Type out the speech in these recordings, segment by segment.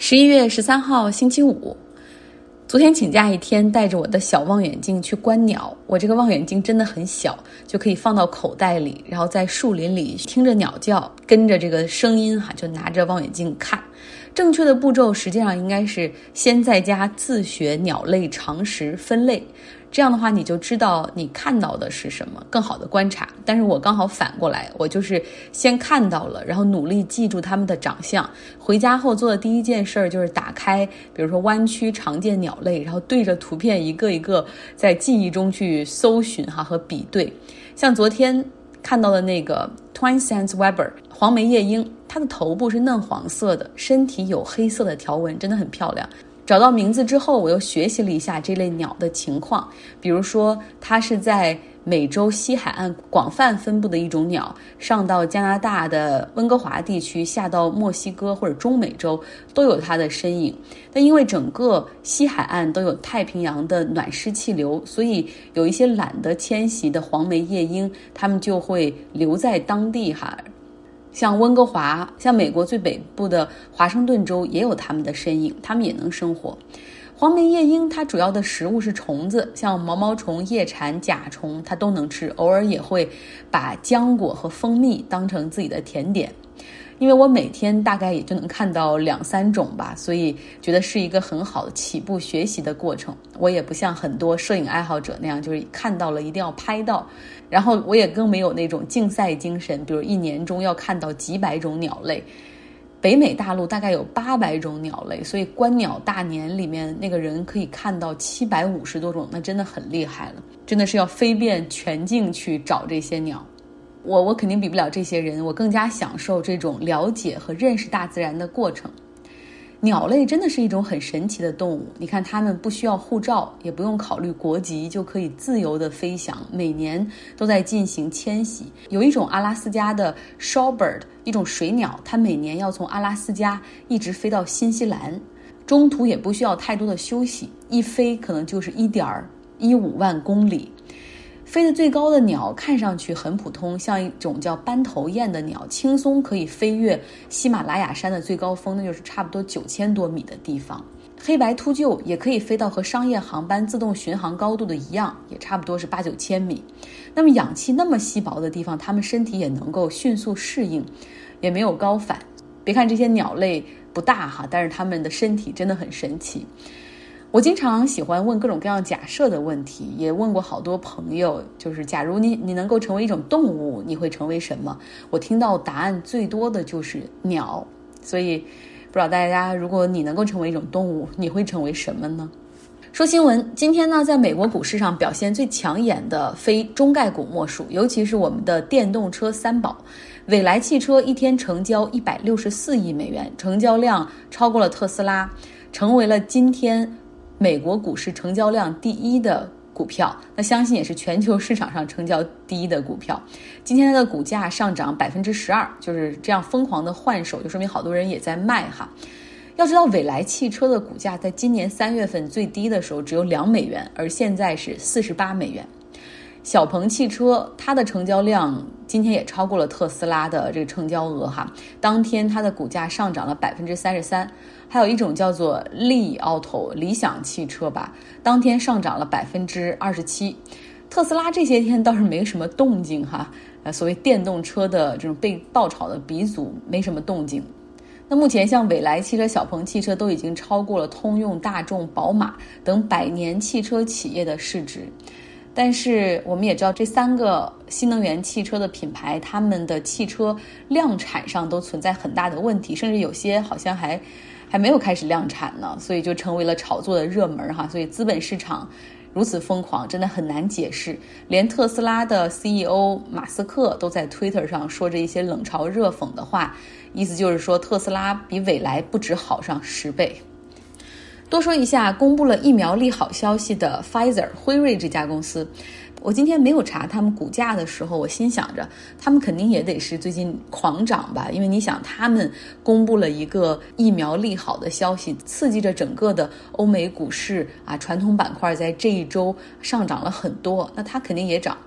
11月13号星期五，昨天请假一天，带着我的小望远镜去观鸟。我这个望远镜真的很小，就可以放到口袋里，然后在树林里听着鸟叫，跟着这个声音就拿着望远镜看。正确的步骤实际上应该是先在家自学鸟类常识分类，这样的话你就知道你看到的是什么，更好的观察。但是我刚好反过来，我就是先看到了，然后努力记住它们的长相。回家后做的第一件事就是打开比如说湾区常见鸟类，然后对着图片一个一个在记忆中去搜寻和比对。像昨天看到的那个 Twinson's Weber 黄眉夜莺，它的头部是嫩黄色的，身体有黑色的条纹，真的很漂亮。找到名字之后，我又学习了一下这类鸟的情况，比如说它是在美洲西海岸广泛分布的一种鸟，上到加拿大的温哥华地区，下到墨西哥或者中美洲都有它的身影。但因为整个西海岸都有太平洋的暖湿气流，所以有一些懒得迁徙的黄眉夜莺，它们就会留在当地像温哥华，像美国最北部的华盛顿州也有它们的身影，它们也能生活。黄眉夜莺它主要的食物是虫子，像毛毛虫、叶蝉、甲虫它都能吃，偶尔也会把浆果和蜂蜜当成自己的甜点。因为我每天大概也就能看到2-3种吧，所以觉得是一个很好的起步学习的过程。我也不像很多摄影爱好者那样，就是看到了一定要拍到，然后我也更没有那种竞赛精神，比如一年中要看到几百种鸟类。北美大陆大概有800种鸟类，所以观鸟大年里面那个人可以看到750多种，那真的很厉害了，真的是要飞遍全境去找这些鸟。我肯定比不了这些人，我更加享受这种了解和认识大自然的过程。鸟类真的是一种很神奇的动物，你看它们不需要护照，也不用考虑国籍，就可以自由的飞翔，每年都在进行迁徙。有一种阿拉斯加的 shorebird， 一种水鸟，它每年要从阿拉斯加一直飞到新西兰，中途也不需要太多的休息，一飞可能就是1.15万公里。飞得最高的鸟看上去很普通，像一种叫斑头雁的鸟，轻松可以飞越喜马拉雅山的最高峰，那就是差不多9000多米的地方。黑白秃鹫也可以飞到和商业航班自动巡航高度的一样，也差不多是8-9千米。那么氧气那么稀薄的地方，它们身体也能够迅速适应，也没有高反。别看这些鸟类不大但是它们的身体真的很神奇。我经常喜欢问各种各样假设的问题，也问过好多朋友，就是假如你能够成为一种动物，你会成为什么？我听到答案最多的就是鸟。所以不知道大家，如果你能够成为一种动物，你会成为什么呢？说新闻，今天呢，在美国股市上表现最抢眼的非中概股莫属，尤其是我们的电动车三宝。蔚来汽车一天成交164亿美元，成交量超过了特斯拉，成为了今天美国股市成交量第一的股票，那相信也是全球市场上成交第一的股票。今天它的股价上涨12%，就是这样疯狂的换手，就说明好多人也在卖要知道蔚来汽车的股价在今年3月份最低的时候只有2美元，而现在是48美元。小鹏汽车它的成交量今天也超过了特斯拉的这个成交额当天它的股价上涨了33%。还有一种叫做利奥头理想汽车当天上涨了27%。特斯拉这些天倒是没什么动静所谓电动车的这种被爆炒的鼻祖没什么动静。那目前像蔚来汽车、小鹏汽车都已经超过了通用、大众、宝马等百年汽车企业的市值。但是我们也知道这3个新能源汽车的品牌，他们的汽车量产上都存在很大的问题，甚至有些好像还没有开始量产呢，所以就成为了炒作的热门所以资本市场如此疯狂，真的很难解释。连特斯拉的 CEO 马斯克都在 Twitter 上说着一些冷嘲热讽的话，意思就是说特斯拉比蔚来不止好上10倍。多说一下公布了疫苗利好消息的 Pfizer 辉瑞这家公司，我今天没有查他们股价的时候，我心想着他们肯定也得是最近狂涨因为你想他们公布了一个疫苗利好的消息，刺激着整个的欧美股市传统板块在这一周上涨了很多，那它肯定也涨。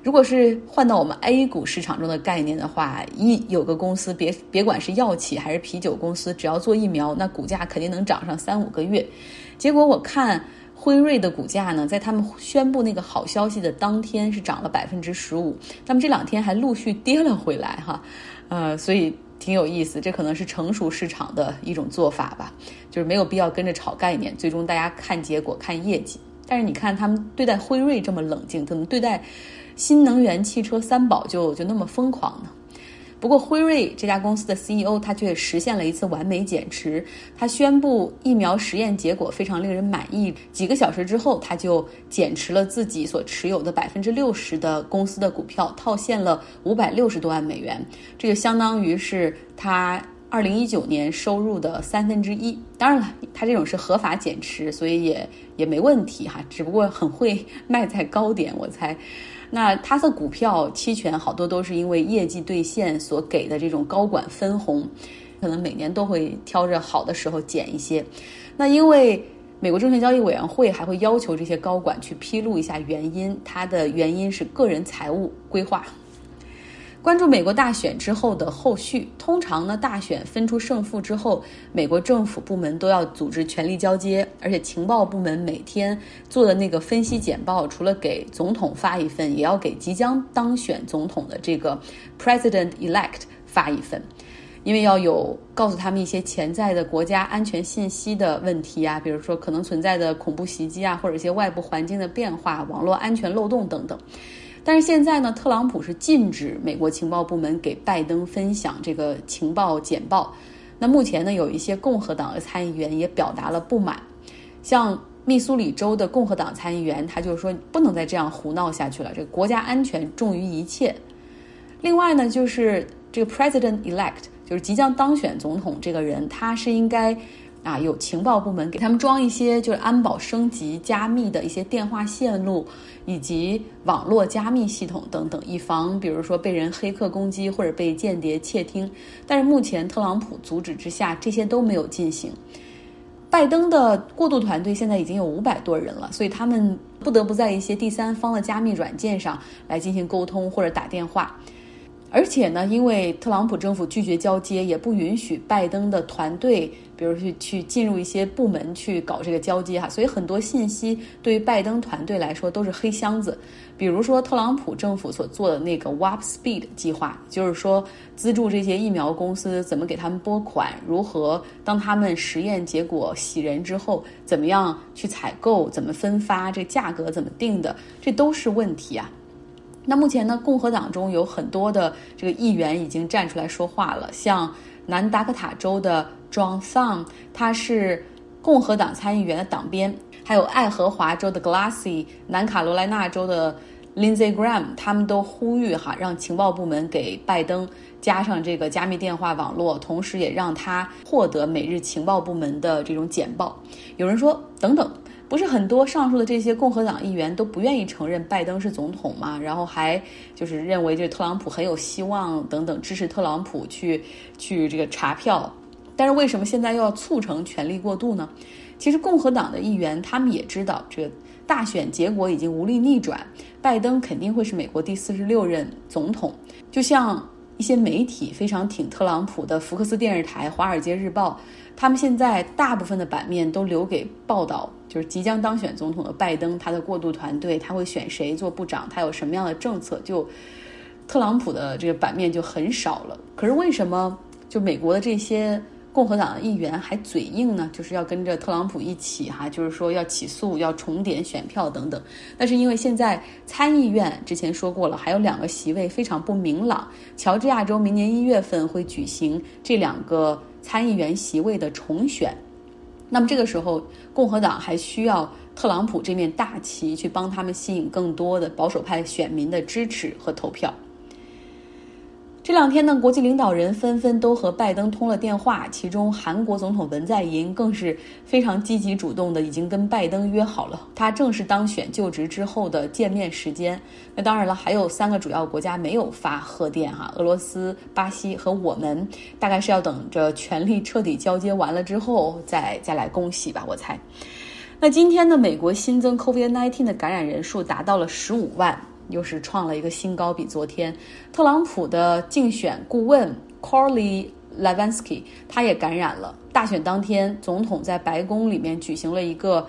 如果是换到我们 A 股市场中的概念的话，有个公司别管是药企还是啤酒公司，只要做疫苗，那股价肯定能涨上3-5个月。结果我看辉瑞的股价呢，在他们宣布那个好消息的当天是涨了15%，那么这2天还陆续跌了回来哈，所以挺有意思，这可能是成熟市场的一种做法吧，就是没有必要跟着炒概念，最终大家看结果看业绩。但是你看他们对待辉瑞这么冷静，怎么对待新能源汽车三宝就那么疯狂呢？不过辉瑞这家公司的 CEO 他却实现了一次完美减持，他宣布疫苗实验结果非常令人满意，几个小时之后他就减持了自己所持有的60%的公司的股票，套现了560多万美元，这就相当于是他2019年收入的1/3。当然了，他这种是合法减持，所以也没问题哈，只不过很会卖在高点，我猜。那他的股票期权好多都是因为业绩兑现所给的这种高管分红，可能每年都会挑着好的时候减一些。那因为美国证券交易委员会还会要求这些高管去披露一下原因，他的原因是个人财务规划。关注美国大选之后的后续，通常呢，大选分出胜负之后，美国政府部门都要组织权力交接，而且情报部门每天做的那个分析简报，除了给总统发一份，也要给即将当选总统的这个 President-elect 发一份，因为要有告诉他们一些潜在的国家安全信息的问题啊，比如说可能存在的恐怖袭击啊，或者一些外部环境的变化、网络安全漏洞等等。但是现在呢，特朗普是禁止美国情报部门给拜登分享这个情报简报。那目前呢，有一些共和党的参议员也表达了不满，像密苏里州的共和党参议员，他就说不能再这样胡闹下去了，这个国家安全重于一切。另外呢，就是这个 President-elect， 就是即将当选总统这个人，他是应该有情报部门给他们装一些就是安保升级加密的一些电话线路以及网络加密系统等等，以防比如说被人黑客攻击或者被间谍窃听。但是目前特朗普阻止之下，这些都没有进行。拜登的过渡团队现在已经有500多人了，所以他们不得不在一些第三方的加密软件上来进行沟通或者打电话。而且呢，因为特朗普政府拒绝交接，也不允许拜登的团队比如去进入一些部门去搞这个交接所以很多信息对于拜登团队来说都是黑箱子。比如说特朗普政府所做的那个 Warp Speed 计划，就是说资助这些疫苗公司怎么给他们拨款，如何当他们实验结果喜人之后怎么样去采购，怎么分发，这价格怎么定的，这都是问题啊。那目前呢，共和党中有很多的这个议员已经站出来说话了，像南达科塔州的 John Thune， 他是共和党参议员的党鞭，还有爱荷华州的 Glassie， 南卡罗来纳州的 Lindsey Graham， 他们都呼吁让情报部门给拜登加上这个加密电话网络，同时也让他获得每日情报部门的这种简报。有人说等等，不是很多上述的这些共和党议员都不愿意承认拜登是总统吗？然后还就是认为这特朗普很有希望等等，支持特朗普去这个查票。但是为什么现在又要促成权力过渡呢？其实共和党的议员他们也知道这个大选结果已经无力逆转，拜登肯定会是美国第46任总统。就像一些媒体非常挺特朗普的福克斯电视台、华尔街日报，他们现在大部分的版面都留给报道就是即将当选总统的拜登，他的过渡团队，他会选谁做部长，他有什么样的政策，就特朗普的这个版面就很少了。可是为什么就美国的这些共和党的议员还嘴硬呢？就是要跟着特朗普一起就是说要起诉，要重点选票等等。但是因为现在参议院之前说过了，还有2个席位非常不明朗，乔治亚州明年1月份会举行这2个参议员席位的重选。那么这个时候共和党还需要特朗普这面大旗去帮他们吸引更多的保守派选民的支持和投票。这2天呢，国际领导人纷纷都和拜登通了电话，其中韩国总统文在寅更是非常积极主动的，已经跟拜登约好了他正式当选就职之后的见面时间。那当然了，还有3个主要国家没有发贺电俄罗斯、巴西和我们，大概是要等着权力彻底交接完了之后再来恭喜吧，我猜。那今天呢，美国新增 COVID-19 的感染人数达到了15万， 又是创了一个新高，比昨天。特朗普的竞选顾问 Corey Levinsky 他也感染了。大选当天，总统在白宫里面举行了一个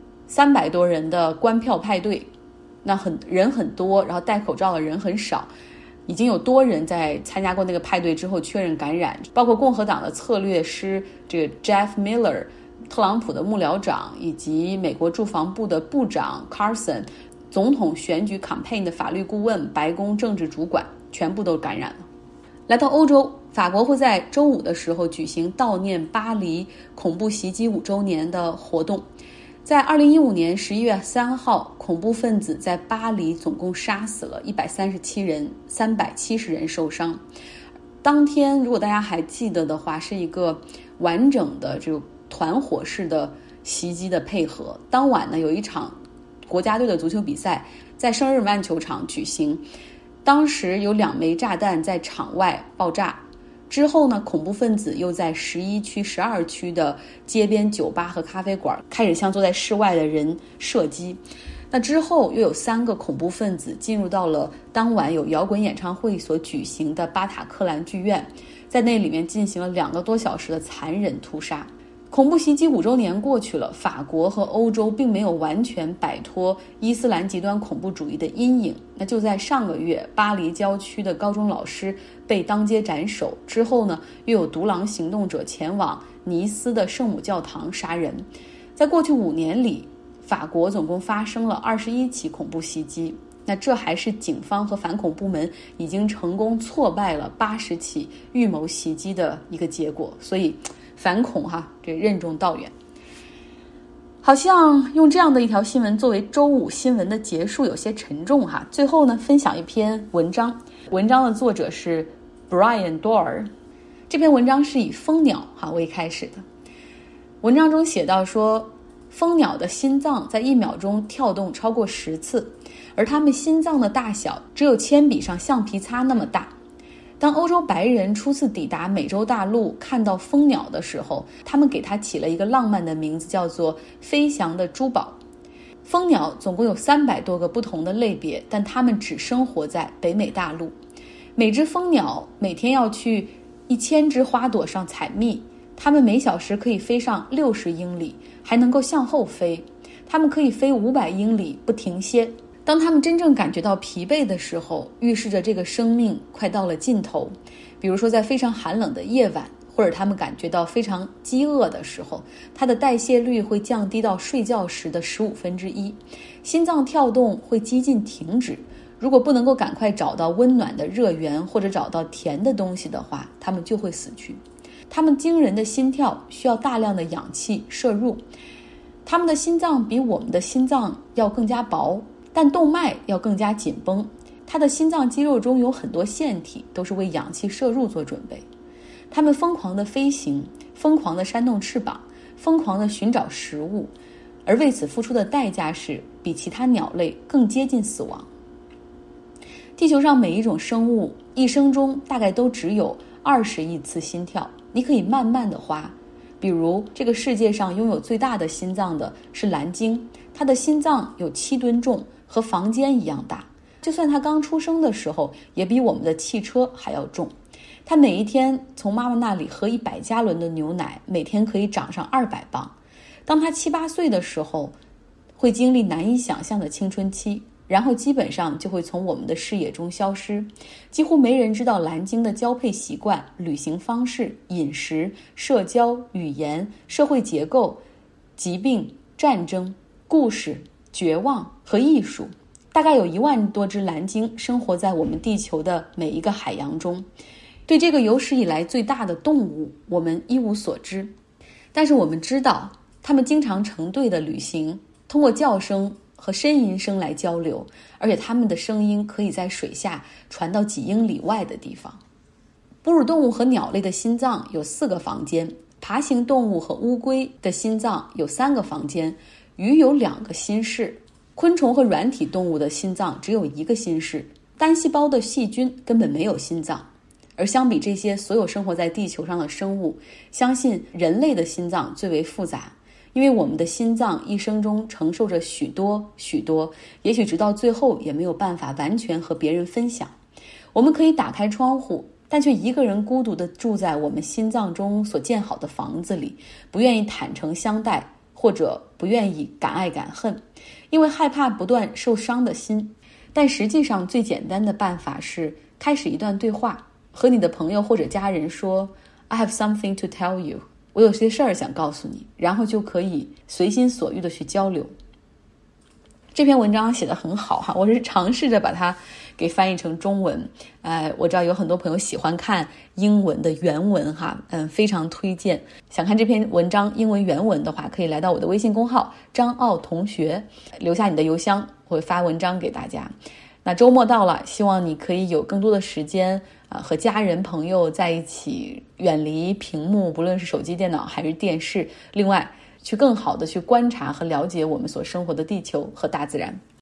300多人的观票派对，那人很多，然后戴口罩的人很少。已经有多人在参加过那个派对之后确认感染，包括共和党的策略师这个 Jeff Miller、 特朗普的幕僚长，以及美国住房部的部长 Carson、 总统选举 campaign 的法律顾问、白宫政治主管全部都感染了。来到欧洲，法国会在周五的时候举行悼念巴黎恐怖袭击5周年的活动。在2015年11月3号，恐怖分子在巴黎总共杀死了137人，370人受伤。当天如果大家还记得的话，是一个完整的这种团伙式的袭击的配合。当晚呢，有一场国家队的足球比赛在圣日耳曼球场举行，当时有2枚炸弹在场外爆炸。之后呢，恐怖分子又在11区、12区的街边酒吧和咖啡馆开始向坐在室外的人射击。那之后又有3个恐怖分子进入到了当晚有摇滚演唱会所举行的巴塔克兰剧院，在那里面进行了2个多小时的残忍屠杀。恐怖袭击5周年过去了，法国和欧洲并没有完全摆脱伊斯兰极端恐怖主义的阴影。那就在上个月，巴黎郊区的高中老师被当街斩首之后呢，又有独狼行动者前往尼斯的圣母教堂杀人。在过去5年里，法国总共发生了21起恐怖袭击，那这还是警方和反恐部门已经成功挫败了80起预谋袭击的一个结果。所以反恐这任重道远。好像用这样的一条新闻作为周五新闻的结束有些沉重最后呢，分享一篇文章，文章的作者是 Brian Doerr。 这篇文章是以蜂鸟为开始的。文章中写到说，蜂鸟的心脏在1秒钟跳动超过10次，而它们心脏的大小只有铅笔上橡皮擦那么大。当欧洲白人初次抵达美洲大陆看到蜂鸟的时候，他们给它起了一个浪漫的名字，叫做飞翔的珠宝。蜂鸟总共有300多个不同的类别，但它们只生活在北美大陆。每只蜂鸟每天要去1000只花朵上采蜜，它们每小时可以飞上60英里，还能够向后飞。它们可以飞500英里不停歇。当他们真正感觉到疲惫的时候，预示着这个生命快到了尽头。比如说在非常寒冷的夜晚，或者他们感觉到非常饥饿的时候，它的代谢率会降低到睡觉时的1/15，心脏跳动会几近停止。如果不能够赶快找到温暖的热源或者找到甜的东西的话，它们就会死去。它们惊人的心跳需要大量的氧气摄入，它们的心脏比我们的心脏要更加薄，但动脉要更加紧绷。它的心脏肌肉中有很多腺体，都是为氧气摄入做准备。它们疯狂地飞行，疯狂地扇动翅膀，疯狂地寻找食物，而为此付出的代价是比其他鸟类更接近死亡。地球上每一种生物一生中大概都只有20亿次心跳，你可以慢慢地花。比如这个世界上拥有最大的心脏的是蓝鲸，它的心脏有7吨重，和房间一样大。就算它刚出生的时候，也比我们的汽车还要重。它每一天从妈妈那里喝100加仑的牛奶，每天可以长上200磅。当它7、8岁的时候，会经历难以想象的青春期，然后基本上就会从我们的视野中消失。几乎没人知道蓝鲸的交配习惯、旅行方式、饮食、社交、语言、社会结构、疾病、战争、故事、绝望和艺术。大概有1万多只蓝鲸生活在我们地球的每一个海洋中。对这个有史以来最大的动物，我们一无所知，但是我们知道它们经常成对的旅行，通过叫声和呻吟声来交流，而且它们的声音可以在水下传到几英里外的地方。哺乳动物和鸟类的心脏有4个房间，爬行动物和乌龟的心脏有3个房间，鱼有2个心室，昆虫和软体动物的心脏只有1个心室，单细胞的细菌根本没有心脏。而相比这些所有生活在地球上的生物，相信人类的心脏最为复杂。 因为我们的心脏一生中承受着许多许多，也许直到最后也没有办法完全和别人分享。我们可以打开窗户，但却一个人孤独地住在我们心脏中所建好的房子里，不愿意坦诚相待，或者不愿意敢爱敢恨，因为害怕不断受伤的心。但实际上最简单的办法是开始一段对话，和你的朋友或者家人说 I have something to tell you， 我有些事儿想告诉你，然后就可以随心所欲地去交流。这篇文章写得很好哈，我是尝试着把它给翻译成中文。我知道有很多朋友喜欢看英文的原文哈，非常推荐。想看这篇文章英文原文的话，可以来到我的微信公号张奥同学，留下你的邮箱，我会发文章给大家。那周末到了，希望你可以有更多的时间和家人朋友在一起，远离屏幕，不论是手机、电脑还是电视。另外，去更好的去观察和了解我们所生活的地球和大自然。